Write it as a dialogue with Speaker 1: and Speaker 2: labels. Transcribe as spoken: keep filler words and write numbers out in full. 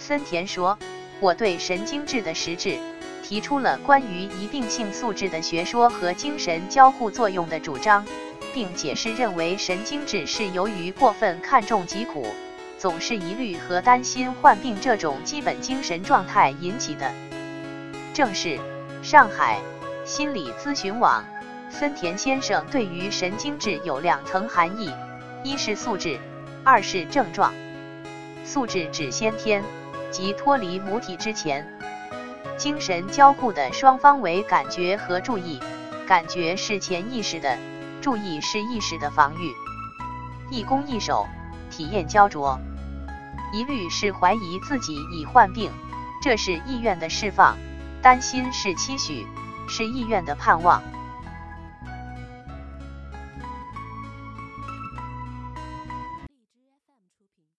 Speaker 1: 森田说，我对神经质的实质提出了关于一病性素质的学说和精神交互作用的主张，并解释认为神经质是由于过分看重疾苦，总是疑虑和担心患病这种基本精神状态引起的。正是上海心理咨询网，森田先生对于神经质有两层含义，一是素质，二是症状。素质指先天，即脱离母体之前。精神交互的双方为感觉和注意，感觉是潜意识的，注意是意识的防御。一攻一守，体验焦灼。疑虑是怀疑自己已患病，这是意愿的释放；担心是期许，是意愿的盼望。